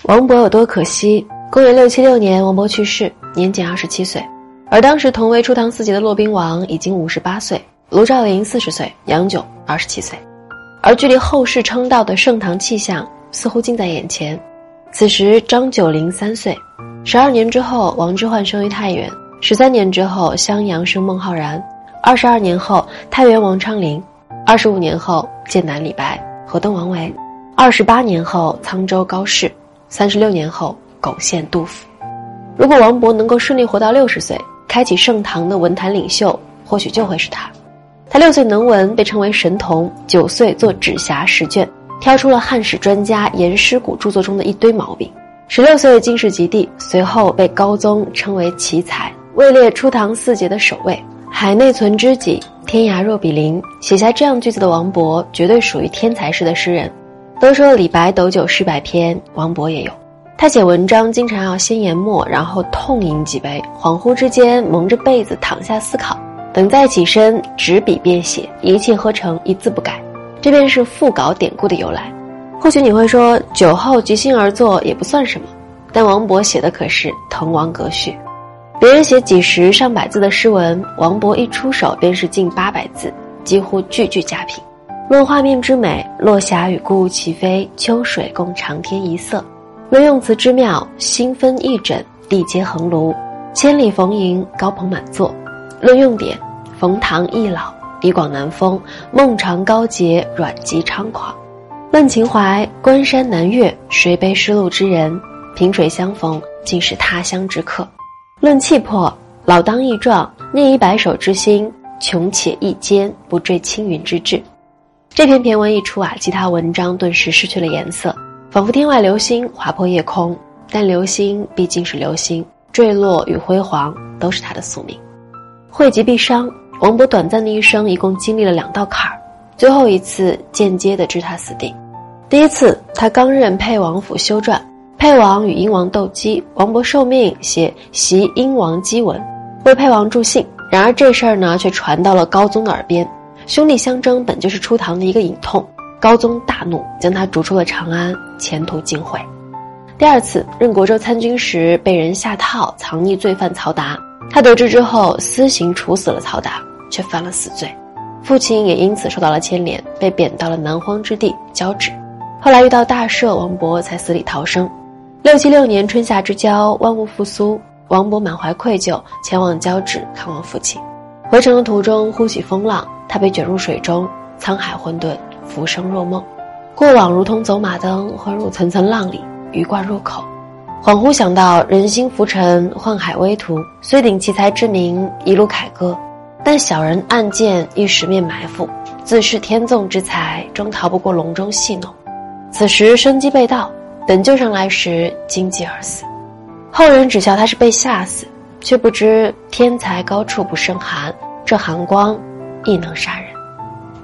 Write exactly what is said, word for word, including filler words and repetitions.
王勃有多可惜？公元六七六年，王勃去世，年仅二十七岁，而当时同为初唐四杰的骆宾王已经五十八岁，卢照邻四十岁，杨炯二十七岁，而距离后世称道的盛唐气象似乎近在眼前。此时张九龄三岁，十二年之后，王之涣生于太原，十三年之后，襄阳生孟浩然，二十二年后，太原王昌龄，二十五年后，剑南李白，河东王维，二十八年后，沧州高适，三十六年后，巩县杜甫。如果王勃能够顺利活到六十岁，开启盛唐的文坛领袖，或许就会是他。他六岁能文，被称为神童，九岁做指辖十卷，挑出了汉史专家颜师古著作中的一堆毛病。十六岁进士及第，随后被高宗称为奇才，位列初唐四杰的首位。海内存知己，天涯若比邻，写下这样句子的王勃绝对属于天才式的诗人。都说李白斗酒诗百篇，王勃也有。他写文章经常要先研墨，然后痛饮几杯，恍惚之间蒙着被子躺下思考，等再起身执笔便写，一气呵成，一字不改。这便是赋稿典故的由来。或许你会说，酒后即兴而作也不算什么，但王勃写的可是滕王阁序。别人写几十上百字的诗文，王勃一出手便是近八百字，几乎句句佳品。论画面之美，落霞与孤鹜齐飞，秋水共长天一色；论用词之妙，新分翼轸，地接横庐，千里逢迎，高朋满座；论用典，冯唐易老，李广难封，孟尝高洁，阮籍猖狂；论情怀，关山难越，谁悲失路之人，萍水相逢，竟是他乡之客；论气魄，老当益壮，宁以白首之心，穷且益坚，不坠青云之志。这篇骈文一出啊，其他文章顿时失去了颜色，仿佛天外流星划破夜空。但流星毕竟是流星，坠落与辉煌都是他的宿命。惠及必伤，王勃短暂的一生一共经历了两道坎儿，最后一次间接的致他死地。第一次，他刚任沛王府修撰，沛王与殷王斗鸡，王勃受命写袭殷王檄文，为沛王助兴。然而这事儿呢，却传到了高宗的耳边。兄弟相争本就是初唐的一个隐痛，高宗大怒，将他逐出了长安，前途尽毁。第二次，任国州参军时被人下套藏匿罪犯曹达，他得知之后私刑处死了曹达，却犯了死罪。父亲也因此受到了牵连，被贬到了南荒之地交趾。后来遇到大赦，王勃才死里逃生。六七六年春夏之交，万物复苏，王勃满怀愧疚，前往交趾看望父亲。回程的途中忽起风浪，他被卷入水中，沧海混沌，浮生若梦。过往如同走马灯，混入层层浪里，鱼贯入口。恍惚想到人心浮沉，宦海微途，虽顶奇才之名，一路凯歌，但小人暗箭亦十面埋伏，自是天纵之才，终逃不过笼中戏弄。此时生机被盗，等救上来时惊悸而死。后人只笑他是被吓死，却不知天才高处不胜寒，这寒光亦能杀人。